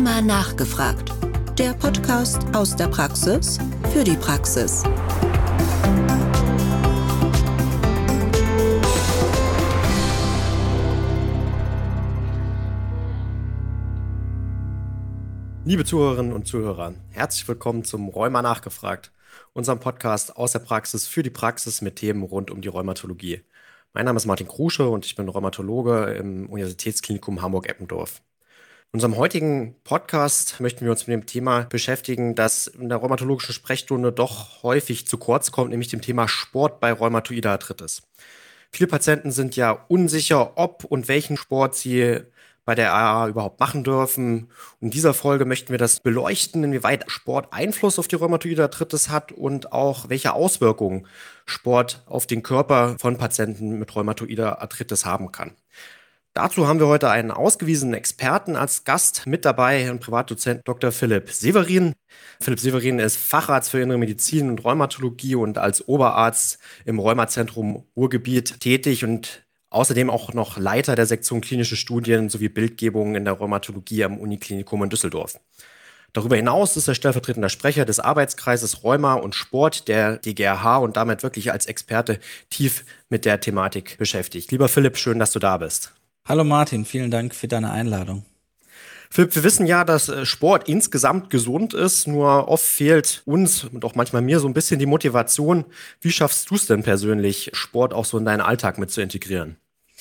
Rheuma nachgefragt. Der Podcast aus der Praxis für die Praxis. Liebe Zuhörerinnen und Zuhörer, herzlich willkommen zum Rheuma nachgefragt, unserem Podcast aus der Praxis für die Praxis mit Themen rund um die Rheumatologie. Mein Name ist Martin Krusche und ich bin Rheumatologe im Universitätsklinikum Hamburg-Eppendorf. In unserem heutigen Podcast möchten wir uns mit dem Thema beschäftigen, das in der rheumatologischen Sprechstunde doch häufig zu kurz kommt, nämlich dem Thema Sport bei rheumatoider Arthritis. Viele Patienten sind ja unsicher, ob und welchen Sport sie bei der AA überhaupt machen dürfen. In dieser Folge möchten wir das beleuchten, inwieweit Sport Einfluss auf die rheumatoide Arthritis hat und auch welche Auswirkungen Sport auf den Körper von Patienten mit rheumatoider Arthritis haben kann. Dazu haben wir heute einen ausgewiesenen Experten als Gast mit dabei, Herrn Privatdozent Dr. Philipp Severin. Philipp Severin ist Facharzt für Innere Medizin und Rheumatologie und als Oberarzt im Rheumazentrum Ruhrgebiet tätig und außerdem auch noch Leiter der Sektion klinische Studien sowie Bildgebung in der Rheumatologie am Uniklinikum in Düsseldorf. Darüber hinaus ist er stellvertretender Sprecher des Arbeitskreises Rheuma und Sport der DGRH und damit wirklich als Experte tief mit der Thematik beschäftigt. Lieber Philipp, schön, dass du da bist. Hallo Martin, vielen Dank für deine Einladung. Philipp, wir wissen ja, dass Sport insgesamt gesund ist, nur oft fehlt uns und auch manchmal mir so ein bisschen die Motivation. Wie schaffst du es denn persönlich, Sport auch so in deinen Alltag mit zu integrieren?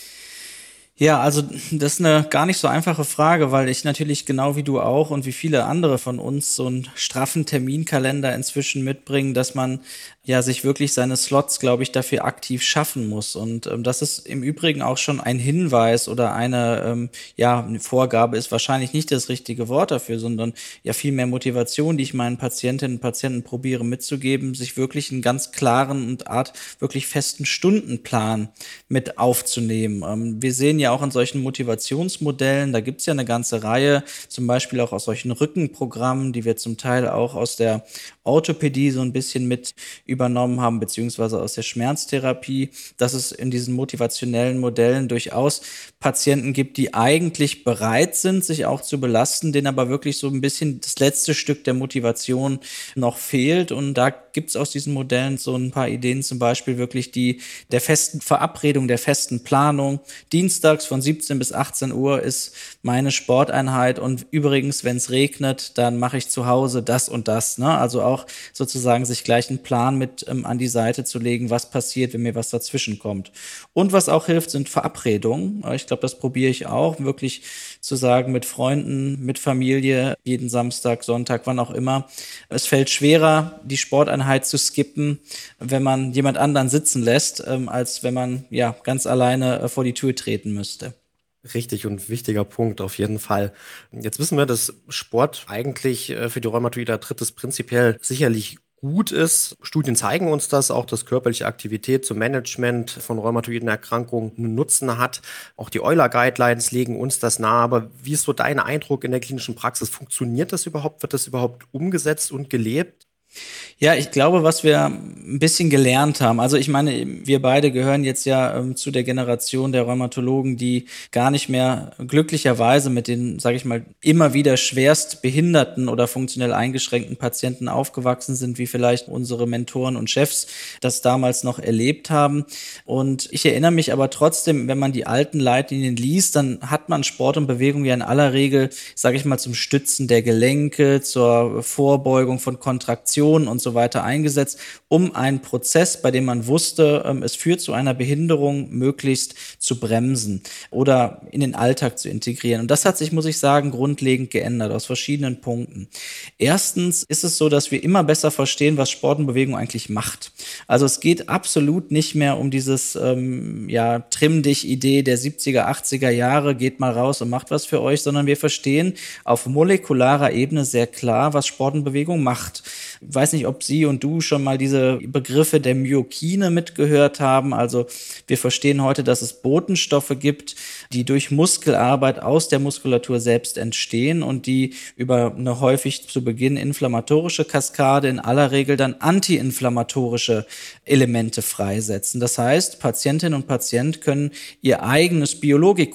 Ja, also das ist eine gar nicht so einfache Frage, weil ich natürlich genau wie du auch und wie viele andere von uns so einen straffen Terminkalender inzwischen mitbringen, dass man ja sich wirklich seine Slots, glaube ich, dafür aktiv schaffen muss. Und das ist im Übrigen auch schon ein Hinweis oder eine Vorgabe ist wahrscheinlich nicht das richtige Wort dafür, sondern ja viel mehr Motivation, die ich meinen Patientinnen und Patienten probiere mitzugeben, sich wirklich einen ganz klaren und wirklich festen Stundenplan mit aufzunehmen. Wir sehen ja auch in solchen Motivationsmodellen, da gibt's ja eine ganze Reihe, zum Beispiel auch aus solchen Rückenprogrammen, die wir zum Teil auch aus der Orthopädie so ein bisschen mit übernommen haben, beziehungsweise aus der Schmerztherapie, dass es in diesen motivationellen Modellen durchaus Patienten gibt, die eigentlich bereit sind, sich auch zu belasten, denen aber wirklich so ein bisschen das letzte Stück der Motivation noch fehlt. Und da gibt's aus diesen Modellen so ein paar Ideen, zum Beispiel wirklich der festen Verabredung, der festen Planung. Dienstags von 17 bis 18 Uhr ist meine Sporteinheit und übrigens, wenn es regnet, dann mache ich zu Hause das und das. Ne? Also auch sozusagen sich gleich einen Plan mit an die Seite zu legen, was passiert, wenn mir was dazwischen kommt. Und was auch hilft, sind Verabredungen. Ich glaube, das probiere ich auch, wirklich zu sagen mit Freunden, mit Familie, jeden Samstag, Sonntag, wann auch immer. Es fällt schwerer, die Sporteinheit zu skippen, wenn man jemand anderen sitzen lässt, als wenn man ja ganz alleine vor die Tür treten müsste. Richtig und wichtiger Punkt auf jeden Fall. Jetzt wissen wir, dass Sport eigentlich für die rheumatoide Arthritis prinzipiell sicherlich gut ist. Studien zeigen uns das, auch dass körperliche Aktivität zum Management von rheumatoiden Erkrankungen einen Nutzen hat. Auch die Euler-Guidelines legen uns das nahe. Aber wie ist so dein Eindruck in der klinischen Praxis? Funktioniert das überhaupt? Wird das überhaupt umgesetzt und gelebt? Ja, ich glaube, was wir ein bisschen gelernt haben, also ich meine, wir beide gehören jetzt ja zu der Generation der Rheumatologen, die gar nicht mehr glücklicherweise mit den, sage ich mal, immer wieder schwerst behinderten oder funktionell eingeschränkten Patienten aufgewachsen sind, wie vielleicht unsere Mentoren und Chefs das damals noch erlebt haben. Und ich erinnere mich aber trotzdem, wenn man die alten Leitlinien liest, dann hat man Sport und Bewegung ja in aller Regel, sage ich mal, zum Stützen der Gelenke, zur Vorbeugung von Kontraktionen und so weiter eingesetzt, um einen Prozess, bei dem man wusste, es führt zu einer Behinderung, möglichst zu bremsen oder in den Alltag zu integrieren. Und das hat sich, muss ich sagen, grundlegend geändert aus verschiedenen Punkten. Erstens ist es so, dass wir immer besser verstehen, was Sport und Bewegung eigentlich macht. Also es geht absolut nicht mehr um dieses Trimm-dich-Idee der 70er, 80er Jahre, geht mal raus und macht was für euch, sondern wir verstehen auf molekularer Ebene sehr klar, was Sport und Bewegung macht. Ich weiß nicht, ob Sie und du schon mal diese Begriffe der Myokine mitgehört haben. Also wir verstehen heute, dass es Botenstoffe gibt, die durch Muskelarbeit aus der Muskulatur selbst entstehen und die über eine häufig zu Beginn inflammatorische Kaskade in aller Regel dann antiinflammatorische Elemente freisetzen. Das heißt, Patientinnen und Patient können ihr eigenes Biologikum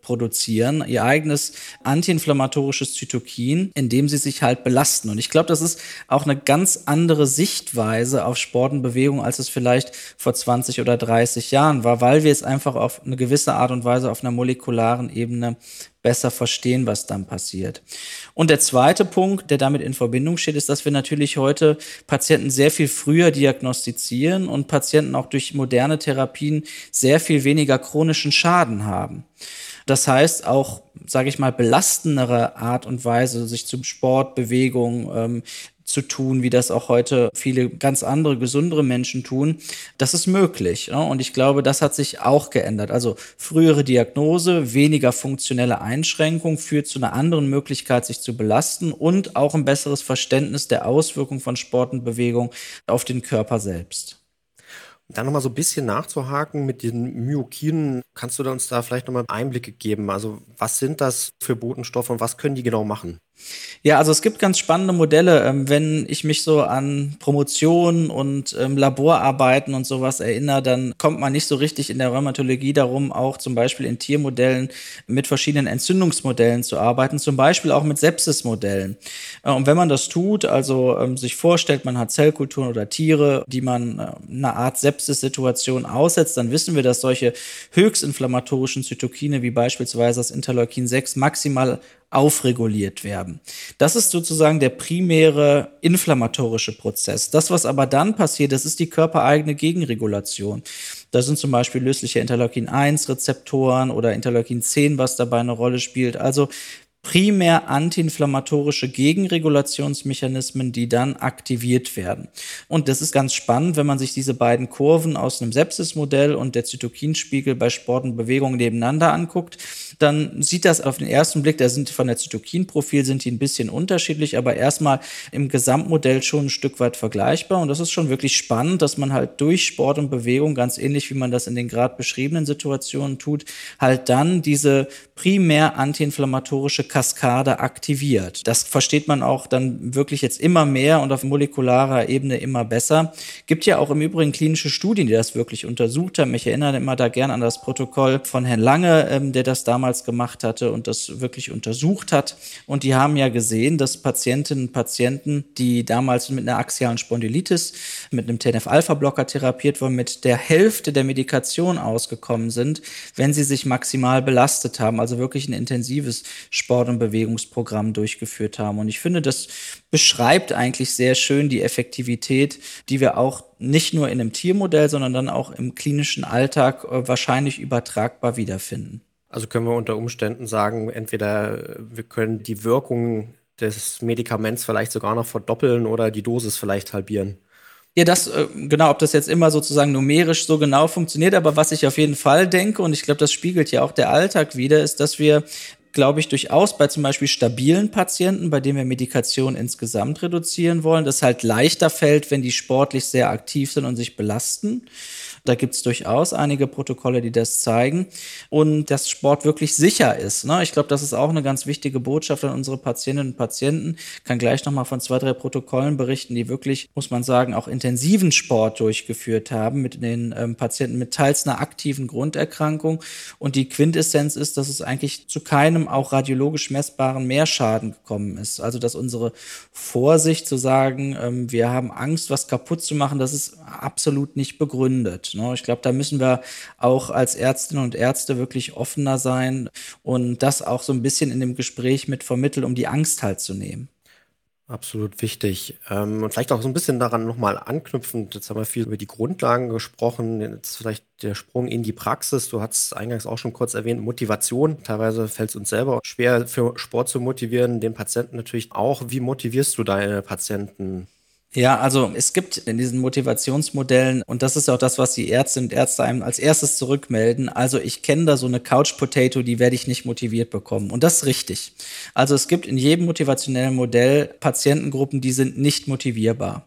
produzieren, ihr eigenes antiinflammatorisches Zytokin, indem sie sich halt belasten. Und ich glaube, das ist auch eine ganz andere Sichtweise auf Sport und Bewegung, als es vielleicht vor 20 oder 30 Jahren war, weil wir es einfach auf eine gewisse Art und Weise auf einer molekularen Ebene besser verstehen, was dann passiert. Und der zweite Punkt, der damit in Verbindung steht, ist, dass wir natürlich heute Patienten sehr viel früher diagnostizieren und Patienten auch durch moderne Therapien sehr viel weniger chronischen Schaden haben. Das heißt auch, sage ich mal, belastendere Art und Weise, sich zum Sport, Bewegung zu tun, wie das auch heute viele ganz andere, gesundere Menschen tun, das ist möglich. Ja? Und ich glaube, das hat sich auch geändert. Also frühere Diagnose, weniger funktionelle Einschränkung führt zu einer anderen Möglichkeit, sich zu belasten und auch ein besseres Verständnis der Auswirkungen von Sport und Bewegung auf den Körper selbst. Dann nochmal so ein bisschen nachzuhaken mit den Myokinen. Kannst du uns da vielleicht nochmal Einblicke geben? Also was sind das für Botenstoffe und was können die genau machen? Ja, also es gibt ganz spannende Modelle. Wenn ich mich so an Promotionen und Laborarbeiten und sowas erinnere, dann kommt man nicht so richtig in der Rheumatologie darum, auch zum Beispiel in Tiermodellen mit verschiedenen Entzündungsmodellen zu arbeiten, zum Beispiel auch mit Sepsismodellen. Und wenn man das tut, also sich vorstellt, man hat Zellkulturen oder Tiere, die man einer Art Sepsis-Situation aussetzt, dann wissen wir, dass solche höchstinflammatorischen Zytokine wie beispielsweise das Interleukin 6 maximal aufreguliert werden. Das ist sozusagen der primäre inflammatorische Prozess. Das, was aber dann passiert, das ist die körpereigene Gegenregulation. Da sind zum Beispiel lösliche Interleukin-1-Rezeptoren oder Interleukin-10, was dabei eine Rolle spielt. Also primär antiinflammatorische Gegenregulationsmechanismen, die dann aktiviert werden. Und das ist ganz spannend, wenn man sich diese beiden Kurven aus einem Sepsismodell und der Zytokinspiegel bei Sport und Bewegung nebeneinander anguckt, dann sieht das auf den ersten Blick, da sind von der Zytokinprofil sind die ein bisschen unterschiedlich, aber erstmal im Gesamtmodell schon ein Stück weit vergleichbar. Und das ist schon wirklich spannend, dass man halt durch Sport und Bewegung, ganz ähnlich wie man das in den gerade beschriebenen Situationen tut, halt dann diese primär antiinflammatorische Kaskade aktiviert. Das versteht man auch dann wirklich jetzt immer mehr und auf molekularer Ebene immer besser. Gibt ja auch im Übrigen klinische Studien, die das wirklich untersucht haben. Ich erinnere immer da gerne an das Protokoll von Herrn Lange, der das damals gemacht hatte und das wirklich untersucht hat. Und die haben ja gesehen, dass Patientinnen und Patienten, die damals mit einer axialen Spondylitis, mit einem TNF-Alpha-Blocker therapiert wurden, mit der Hälfte der Medikation ausgekommen sind, wenn sie sich maximal belastet haben, also wirklich ein intensives Sport- und Bewegungsprogramm durchgeführt haben. Und ich finde, das beschreibt eigentlich sehr schön die Effektivität, die wir auch nicht nur in einem Tiermodell, sondern dann auch im klinischen Alltag wahrscheinlich übertragbar wiederfinden. Also können wir unter Umständen sagen, entweder wir können die Wirkung des Medikaments vielleicht sogar noch verdoppeln oder die Dosis vielleicht halbieren. Ja, das, genau, ob das jetzt immer sozusagen numerisch so genau funktioniert, aber was ich auf jeden Fall denke, und ich glaube, das spiegelt ja auch der Alltag wider, ist, dass wir, glaube ich, durchaus bei zum Beispiel stabilen Patienten, bei denen wir Medikation insgesamt reduzieren wollen, das halt leichter fällt, wenn die sportlich sehr aktiv sind und sich belasten. Da gibt es durchaus einige Protokolle, die das zeigen. Und dass Sport wirklich sicher ist. Ne? Ich glaube, das ist auch eine ganz wichtige Botschaft an unsere Patientinnen und Patienten. Ich kann gleich nochmal von 2, 3 Protokollen berichten, die wirklich, muss man sagen, auch intensiven Sport durchgeführt haben mit den Patienten mit teils einer aktiven Grunderkrankung. Und die Quintessenz ist, dass es eigentlich zu keinem auch radiologisch messbaren Mehrschaden gekommen ist. Also, dass unsere Vorsicht zu sagen, wir haben Angst, was kaputt zu machen, das ist absolut nicht begründet. Ich glaube, da müssen wir auch als Ärztinnen und Ärzte wirklich offener sein und das auch so ein bisschen in dem Gespräch mit vermitteln, um die Angst halt zu nehmen. Absolut wichtig. Und vielleicht auch so ein bisschen daran nochmal anknüpfend. Jetzt haben wir viel über die Grundlagen gesprochen. Jetzt vielleicht der Sprung in die Praxis. Du hast es eingangs auch schon kurz erwähnt, Motivation. Teilweise fällt es uns selber schwer, für Sport zu motivieren, den Patienten natürlich auch. Wie motivierst du deine Patienten? Ja, also es gibt in diesen Motivationsmodellen, und das ist auch das, was die Ärztinnen und Ärzte einem als erstes zurückmelden, also ich kenne da so eine Couch Potato, die werde ich nicht motiviert bekommen. Und das ist richtig. Also es gibt in jedem motivationellen Modell Patientengruppen, die sind nicht motivierbar.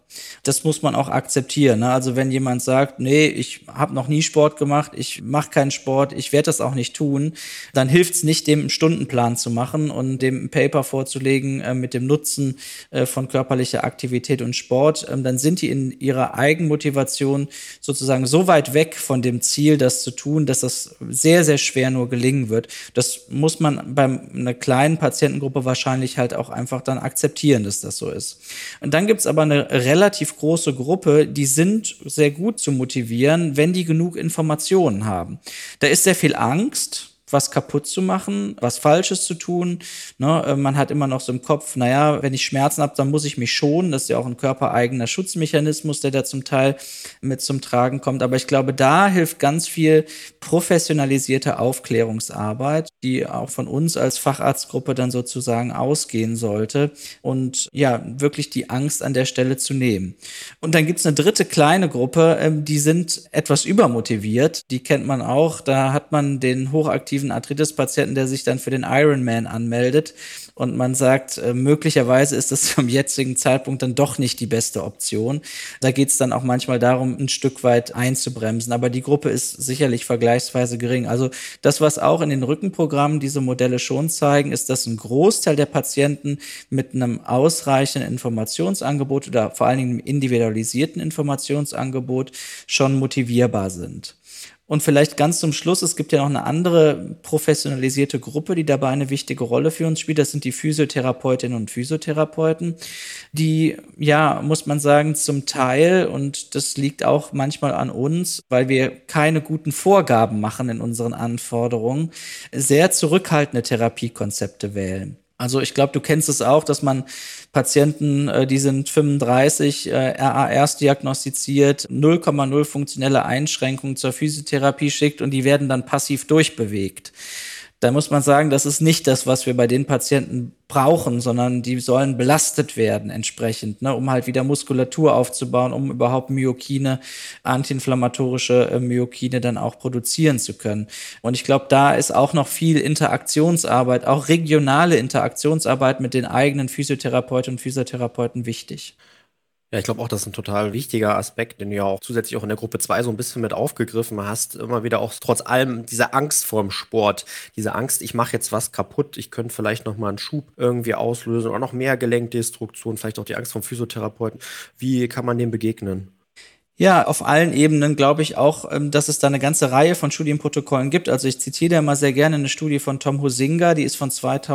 Das muss man auch akzeptieren, ne? Also wenn jemand sagt, nee, ich habe noch nie Sport gemacht, ich mache keinen Sport, ich werde das auch nicht tun, dann hilft es nicht, dem einen Stundenplan zu machen und dem ein Paper vorzulegen mit dem Nutzen von körperlicher Aktivität und Sport. Dann sind die in ihrer Eigenmotivation sozusagen so weit weg von dem Ziel, das zu tun, dass das sehr, sehr schwer nur gelingen wird. Das muss man bei einer kleinen Patientengruppe wahrscheinlich halt auch einfach dann akzeptieren, dass das so ist. Und dann gibt's aber eine relativ große Gruppe, die sind sehr gut zu motivieren, wenn die genug Informationen haben. Da ist sehr viel Angst, was kaputt zu machen, was Falsches zu tun. Ne? Man hat immer noch so im Kopf, naja, wenn ich Schmerzen habe, dann muss ich mich schonen. Das ist ja auch ein körpereigener Schutzmechanismus, der da zum Teil mit zum Tragen kommt. Aber ich glaube, da hilft ganz viel professionalisierte Aufklärungsarbeit, die auch von uns als Facharztgruppe dann sozusagen ausgehen sollte und ja, wirklich die Angst an der Stelle zu nehmen. Und dann gibt's eine dritte kleine Gruppe, die sind etwas übermotiviert. Die kennt man auch. Da hat man den hochaktiven Arthritis-Patienten, der sich dann für den Ironman anmeldet und man sagt, möglicherweise ist das zum jetzigen Zeitpunkt dann doch nicht die beste Option. Da geht es dann auch manchmal darum, ein Stück weit einzubremsen, aber die Gruppe ist sicherlich vergleichsweise gering. Also das, was auch in den Rückenprogrammen diese Modelle schon zeigen, ist, dass ein Großteil der Patienten mit einem ausreichenden Informationsangebot oder vor allen Dingen einem individualisierten Informationsangebot schon motivierbar sind. Und vielleicht ganz zum Schluss, es gibt ja noch eine andere professionalisierte Gruppe, die dabei eine wichtige Rolle für uns spielt. Das sind die Physiotherapeutinnen und Physiotherapeuten, die, ja, muss man sagen, zum Teil, und das liegt auch manchmal an uns, weil wir keine guten Vorgaben machen in unseren Anforderungen, sehr zurückhaltende Therapiekonzepte wählen. Also ich glaube, du kennst es auch, dass man Patienten, die sind 35, RA erst diagnostiziert, 0,0 funktionelle Einschränkungen zur Physiotherapie schickt und die werden dann passiv durchbewegt. Da muss man sagen, das ist nicht das, was wir bei den Patienten brauchen, sondern die sollen belastet werden entsprechend, ne, um halt wieder Muskulatur aufzubauen, um überhaupt Myokine, antiinflammatorische Myokine dann auch produzieren zu können. Und ich glaube, da ist auch noch viel Interaktionsarbeit, auch regionale Interaktionsarbeit mit den eigenen Physiotherapeutinnen und Physiotherapeuten wichtig. Ja, ich glaube auch, das ist ein total wichtiger Aspekt, den du ja auch zusätzlich auch in der Gruppe 2 so ein bisschen mit aufgegriffen hast. Immer wieder auch trotz allem diese Angst vorm Sport, diese Angst, ich mache jetzt was kaputt, ich könnte vielleicht noch mal einen Schub irgendwie auslösen oder noch mehr Gelenkdestruktion, vielleicht auch die Angst vom Physiotherapeuten. Wie kann man dem begegnen? Ja, auf allen Ebenen glaube ich auch, dass es da eine ganze Reihe von Studienprotokollen gibt. Also ich zitiere da mal sehr gerne eine Studie von Tom Huizinga, die ist von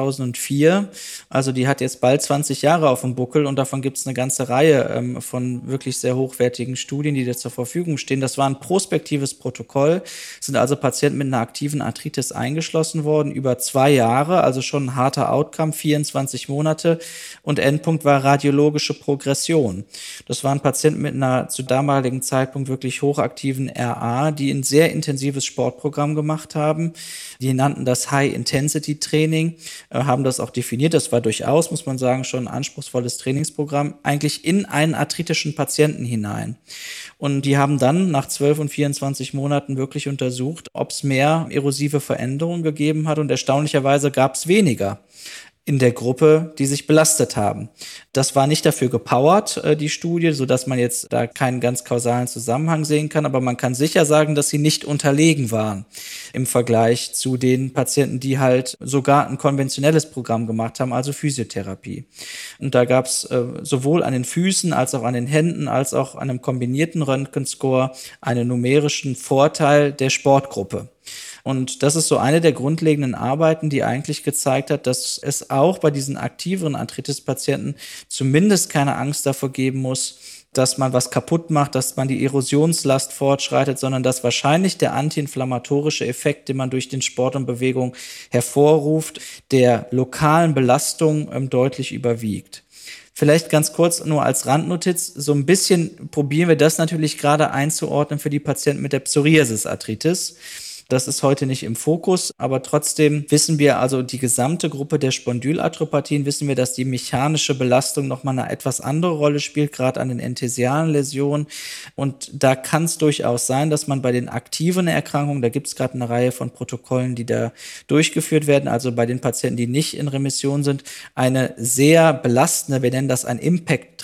2004. Also die hat jetzt bald 20 Jahre auf dem Buckel und davon gibt es eine ganze Reihe von wirklich sehr hochwertigen Studien, die da zur Verfügung stehen. Das war ein prospektives Protokoll, sind also Patienten mit einer aktiven Arthritis eingeschlossen worden, über 2 Jahre, also schon ein harter Outcome, 24 Monate und Endpunkt war radiologische Progression. Das waren Patienten mit einer zu damaligen Zeitpunkt wirklich hochaktiven RA, die ein sehr intensives Sportprogramm gemacht haben. Die nannten das High-Intensity-Training, haben das auch definiert. Das war durchaus, muss man sagen, schon ein anspruchsvolles Trainingsprogramm, eigentlich in einen arthritischen Patienten hinein. Und die haben dann nach 12 und 24 Monaten wirklich untersucht, ob es mehr erosive Veränderungen gegeben hat und erstaunlicherweise gab es weniger in der Gruppe, die sich belastet haben. Das war nicht dafür gepowert, die Studie, sodass man jetzt da keinen ganz kausalen Zusammenhang sehen kann, aber man kann sicher sagen, dass sie nicht unterlegen waren im Vergleich zu den Patienten, die halt sogar ein konventionelles Programm gemacht haben, also Physiotherapie. Und da gab es sowohl an den Füßen als auch an den Händen, als auch an einem kombinierten Röntgenscore einen numerischen Vorteil der Sportgruppe. Und das ist so eine der grundlegenden Arbeiten, die eigentlich gezeigt hat, dass es auch bei diesen aktiveren Arthritis-Patienten zumindest keine Angst davor geben muss, dass man was kaputt macht, dass man die Erosionslast fortschreitet, sondern dass wahrscheinlich der antiinflammatorische Effekt, den man durch den Sport und Bewegung hervorruft, der lokalen Belastung deutlich überwiegt. Vielleicht ganz kurz nur als Randnotiz, so ein bisschen probieren wir das natürlich gerade einzuordnen für die Patienten mit der Psoriasis-Arthritis. Das ist heute nicht im Fokus, aber trotzdem wissen wir, also die gesamte Gruppe der Spondylarthropathien, wissen wir, dass die mechanische Belastung nochmal eine etwas andere Rolle spielt, gerade an den enthesialen Läsionen. Und da kann es durchaus sein, dass man bei den aktiven Erkrankungen, da gibt es gerade eine Reihe von Protokollen, die da durchgeführt werden, also bei den Patienten, die nicht in Remission sind, eine sehr belastende, wir nennen das ein Impact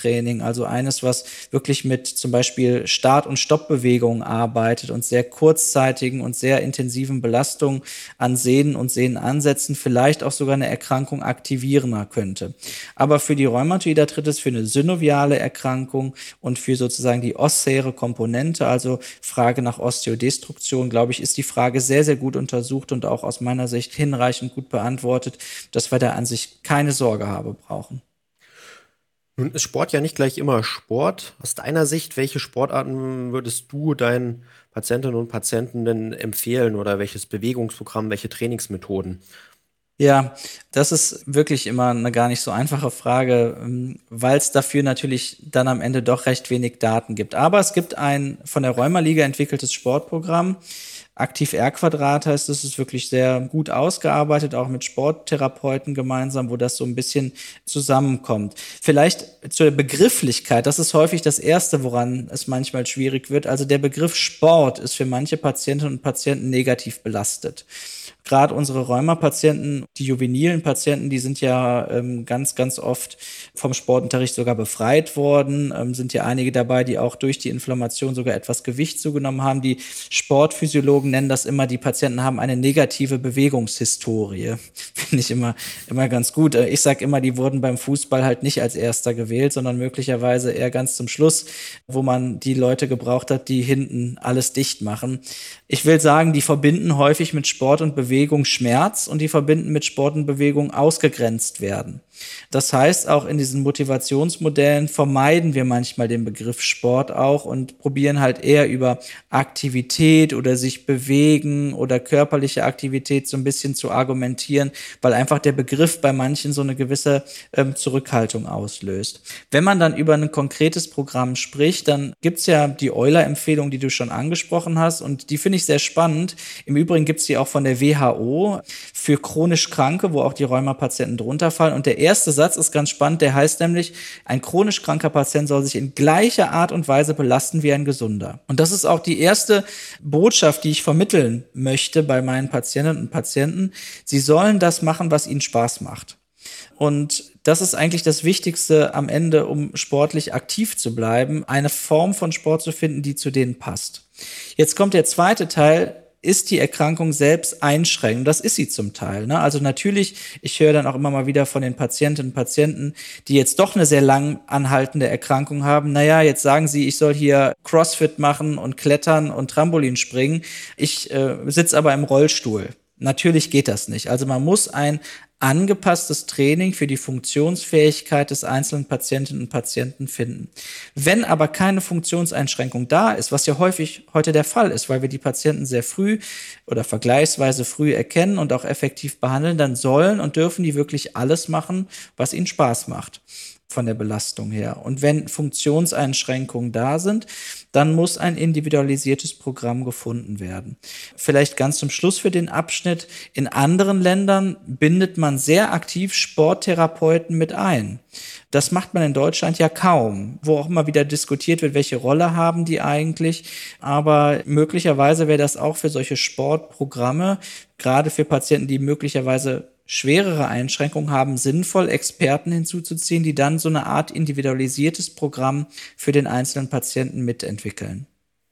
Krafttraining, also eines, was wirklich mit zum Beispiel Start- und Stoppbewegungen arbeitet und sehr kurzzeitigen und sehr intensiven Belastungen an Sehnen und Sehnenansätzen vielleicht auch sogar eine Erkrankung aktivieren könnte. Aber für die Rheumatoide Arthritis, für eine synoviale Erkrankung und für sozusagen die ossäre Komponente, also Frage nach Osteodestruktion, glaube ich, ist die Frage sehr, sehr gut untersucht und auch aus meiner Sicht hinreichend gut beantwortet, dass wir da an sich keine Sorge haben brauchen. Nun ist Sport ja nicht gleich immer Sport. Aus deiner Sicht, welche Sportarten würdest du deinen Patientinnen und Patienten denn empfehlen oder welches Bewegungsprogramm, welche Trainingsmethoden? Ja, das ist wirklich immer eine gar nicht so einfache Frage, weil es dafür natürlich dann am Ende doch recht wenig Daten gibt. Aber es gibt ein von der Rheuma-Liga entwickeltes Sportprogramm. Aktiv R-Quadrat heißt, es ist wirklich sehr gut ausgearbeitet, auch mit Sporttherapeuten gemeinsam, wo das so ein bisschen zusammenkommt. Vielleicht zur Begrifflichkeit, das ist häufig das Erste, woran es manchmal schwierig wird. Also der Begriff Sport ist für manche Patientinnen und Patienten negativ belastet. Gerade unsere Rheuma-Patienten, die juvenilen Patienten, die sind ja ganz, ganz oft vom Sportunterricht sogar befreit worden. Sind ja einige dabei, die auch durch die Inflammation sogar etwas Gewicht zugenommen haben. Die Sportphysiologen nennen das immer, die Patienten haben eine negative Bewegungshistorie. Finde ich immer ganz gut. Ich sage immer, die wurden beim Fußball halt nicht als Erster gewählt, sondern möglicherweise eher ganz zum Schluss, wo man die Leute gebraucht hat, die hinten alles dicht machen. Ich will sagen, die verbinden häufig mit Sport und Bewegung Schmerz und die verbinden mit Sport und Bewegung ausgegrenzt werden. Das heißt, auch in diesen Motivationsmodellen vermeiden wir manchmal den Begriff Sport auch und probieren halt eher über Aktivität oder sich bewegen oder körperliche Aktivität so ein bisschen zu argumentieren, weil einfach der Begriff bei manchen so eine gewisse Zurückhaltung auslöst. Wenn man dann über ein konkretes Programm spricht, dann gibt's ja die Euler-Empfehlung, die du schon angesprochen hast, und die finde ich sehr spannend. Im Übrigen gibt's die auch von der WHO für chronisch Kranke, wo auch die Rheuma-Patienten drunter fallen. Und der erste Satz ist ganz spannend, der heißt nämlich, ein chronisch kranker Patient soll sich in gleicher Art und Weise belasten wie ein gesunder. Und das ist auch die erste Botschaft, die ich vermitteln möchte bei meinen Patientinnen und Patienten. Sie sollen das machen, was ihnen Spaß macht. Und das ist eigentlich das Wichtigste am Ende, um sportlich aktiv zu bleiben, eine Form von Sport zu finden, die zu denen passt. Jetzt kommt der zweite Teil. Ist die Erkrankung selbst einschränkend? Das ist sie zum Teil. Ne? Also natürlich, ich höre dann auch immer mal wieder von den Patientinnen und Patienten, die jetzt doch eine sehr lang anhaltende Erkrankung haben. Naja, jetzt sagen sie, ich soll hier Crossfit machen und klettern und Trampolin springen. Ich sitze aber im Rollstuhl. Natürlich geht das nicht. Also man muss ein angepasstes Training für die Funktionsfähigkeit des einzelnen Patientinnen und Patienten finden. Wenn aber keine Funktionseinschränkung da ist, was ja häufig heute der Fall ist, weil wir die Patienten sehr früh oder vergleichsweise früh erkennen und auch effektiv behandeln, dann sollen und dürfen die wirklich alles machen, was ihnen Spaß macht von der Belastung her. Und wenn Funktionseinschränkungen da sind, dann muss ein individualisiertes Programm gefunden werden. Vielleicht ganz zum Schluss für den Abschnitt. In anderen Ländern bindet man sehr aktiv Sporttherapeuten mit ein. Das macht man in Deutschland ja kaum, wo auch immer wieder diskutiert wird, welche Rolle haben die eigentlich. Aber möglicherweise wäre das auch für solche Sportprogramme, gerade für Patienten, die möglicherweise schwerere Einschränkungen haben, sinnvoll, Experten hinzuzuziehen, die dann so eine Art individualisiertes Programm für den einzelnen Patienten mitentwickeln.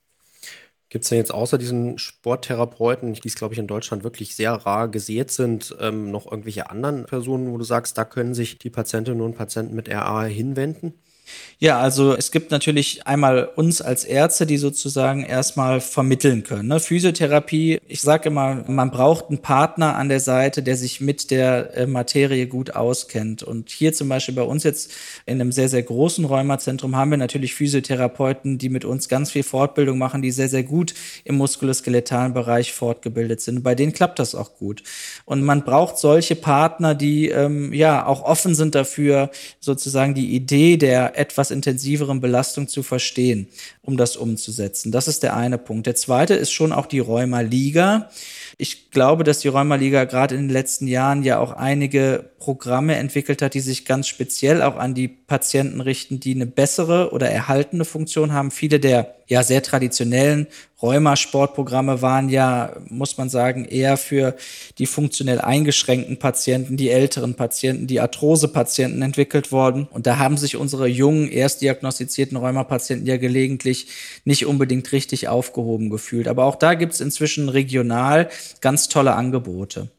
Gibt es denn jetzt außer diesen Sporttherapeuten, die es, glaube ich, in Deutschland wirklich sehr rar gesät sind, noch irgendwelche anderen Personen, wo du sagst, da können sich die Patientinnen und Patienten mit RA hinwenden? Ja, also es gibt natürlich einmal uns als Ärzte, die sozusagen erstmal vermitteln können. Ne? Physiotherapie, ich sage immer, man braucht einen Partner an der Seite, der sich mit der Materie gut auskennt. Und hier zum Beispiel bei uns jetzt in einem sehr, sehr großen Rheumazentrum haben wir natürlich Physiotherapeuten, die mit uns ganz viel Fortbildung machen, die sehr, sehr gut im muskuloskeletalen Bereich fortgebildet sind. Bei denen klappt das auch gut. Und man braucht solche Partner, die auch offen sind dafür, sozusagen die Idee der etwas intensiveren Belastung zu verstehen, um das umzusetzen. Das ist der eine Punkt. Der zweite ist schon auch die Rheuma-Liga. Ich glaube, dass die Rheumaliga gerade in den letzten Jahren ja auch einige Programme entwickelt hat, die sich ganz speziell auch an die Patienten richten, die eine bessere oder erhaltene Funktion haben. Viele der ja sehr traditionellen Rheuma-Sportprogramme waren ja, muss man sagen, eher für die funktionell eingeschränkten Patienten, die älteren Patienten, die Arthrose-Patienten entwickelt worden. Und da haben sich unsere jungen, erst diagnostizierten Rheuma-Patienten ja gelegentlich nicht unbedingt richtig aufgehoben gefühlt. Aber auch da gibt es inzwischen regional ganz tolle Angebote.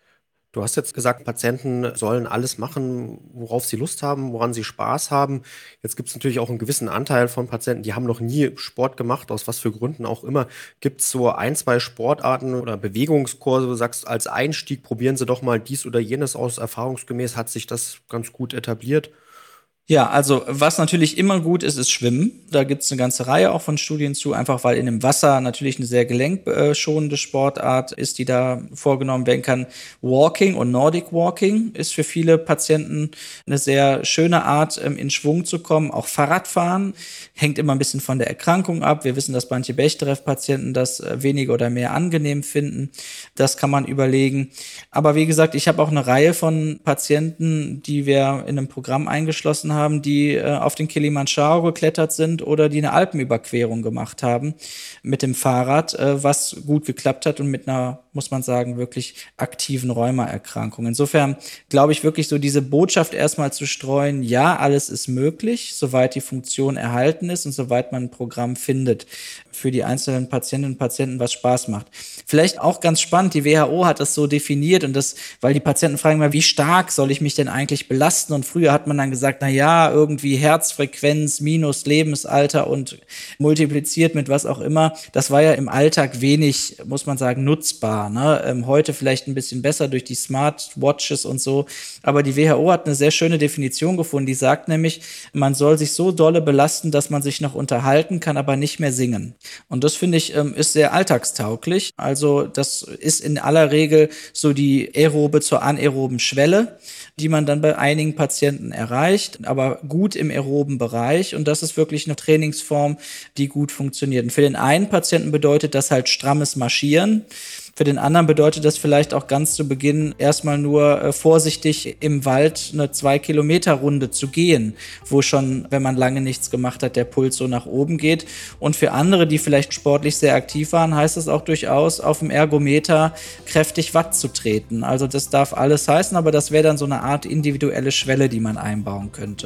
Du hast jetzt gesagt, Patienten sollen alles machen, worauf sie Lust haben, woran sie Spaß haben. Jetzt gibt es natürlich auch einen gewissen Anteil von Patienten, die haben noch nie Sport gemacht, aus was für Gründen auch immer. Gibt es so 1, 2 Sportarten oder Bewegungskurse, wo du sagst, als Einstieg probieren sie doch mal dies oder jenes aus. Erfahrungsgemäß hat sich das ganz gut etabliert. Ja, also was natürlich immer gut ist, ist Schwimmen. Da gibt's eine ganze Reihe auch von Studien zu, einfach weil in dem Wasser natürlich eine sehr gelenkschonende Sportart ist, die da vorgenommen werden kann. Walking und Nordic Walking ist für viele Patienten eine sehr schöne Art, in Schwung zu kommen. Auch Fahrradfahren hängt immer ein bisschen von der Erkrankung ab. Wir wissen, dass manche Bechterew-Patienten das weniger oder mehr angenehm finden. Das kann man überlegen. Aber wie gesagt, ich habe auch eine Reihe von Patienten, die wir in einem Programm eingeschlossen haben, die auf den Kilimanjaro geklettert sind oder die eine Alpenüberquerung gemacht haben mit dem Fahrrad, was gut geklappt hat und mit einer, muss man sagen, wirklich aktiven Rheumaerkrankung. Insofern glaube ich wirklich so diese Botschaft erstmal zu streuen, ja, alles ist möglich, soweit die Funktion erhalten ist und soweit man ein Programm findet für die einzelnen Patientinnen und Patienten, was Spaß macht. Vielleicht auch ganz spannend, die WHO hat das so definiert und das, weil die Patienten fragen mal, wie stark soll ich mich denn eigentlich belasten? Und früher hat man dann gesagt, na ja, irgendwie Herzfrequenz minus Lebensalter und multipliziert mit was auch immer. Das war ja im Alltag wenig, muss man sagen, nutzbar. Ne? Heute vielleicht ein bisschen besser durch die Smartwatches und so. Aber die WHO hat eine sehr schöne Definition gefunden, die sagt nämlich, man soll sich so dolle belasten, dass man sich noch unterhalten kann, aber nicht mehr singen. Und das finde ich ist sehr alltagstauglich. Also das ist in aller Regel so die aerobe zur anaeroben Schwelle, die man dann bei einigen Patienten erreicht, aber gut im aeroben Bereich. Und das ist wirklich eine Trainingsform, die gut funktioniert. Und für den einen Patienten bedeutet das halt strammes Marschieren. Für den anderen bedeutet das vielleicht auch ganz zu Beginn erstmal nur vorsichtig im Wald eine 2-Kilometer-Runde zu gehen, wo schon, wenn man lange nichts gemacht hat, der Puls so nach oben geht. Und für andere, die vielleicht sportlich sehr aktiv waren, heißt es auch durchaus, auf dem Ergometer kräftig Watt zu treten. Also das darf alles heißen, aber das wäre dann so eine Art individuelle Schwelle, die man einbauen könnte.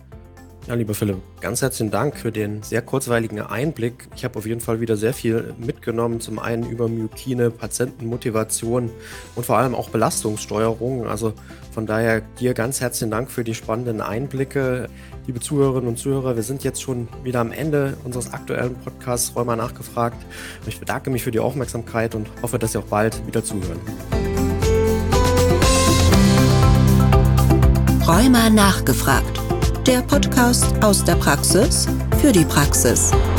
Ja, lieber Philipp, ganz herzlichen Dank für den sehr kurzweiligen Einblick. Ich habe auf jeden Fall wieder sehr viel mitgenommen. Zum einen über Myokine, Patientenmotivation und vor allem auch Belastungssteuerung. Also von daher dir ganz herzlichen Dank für die spannenden Einblicke. Liebe Zuhörerinnen und Zuhörer, wir sind jetzt schon wieder am Ende unseres aktuellen Podcasts Rheuma nachgefragt. Ich bedanke mich für die Aufmerksamkeit und hoffe, dass Sie auch bald wieder zuhören. Rheuma nachgefragt. Der Podcast aus der Praxis für die Praxis.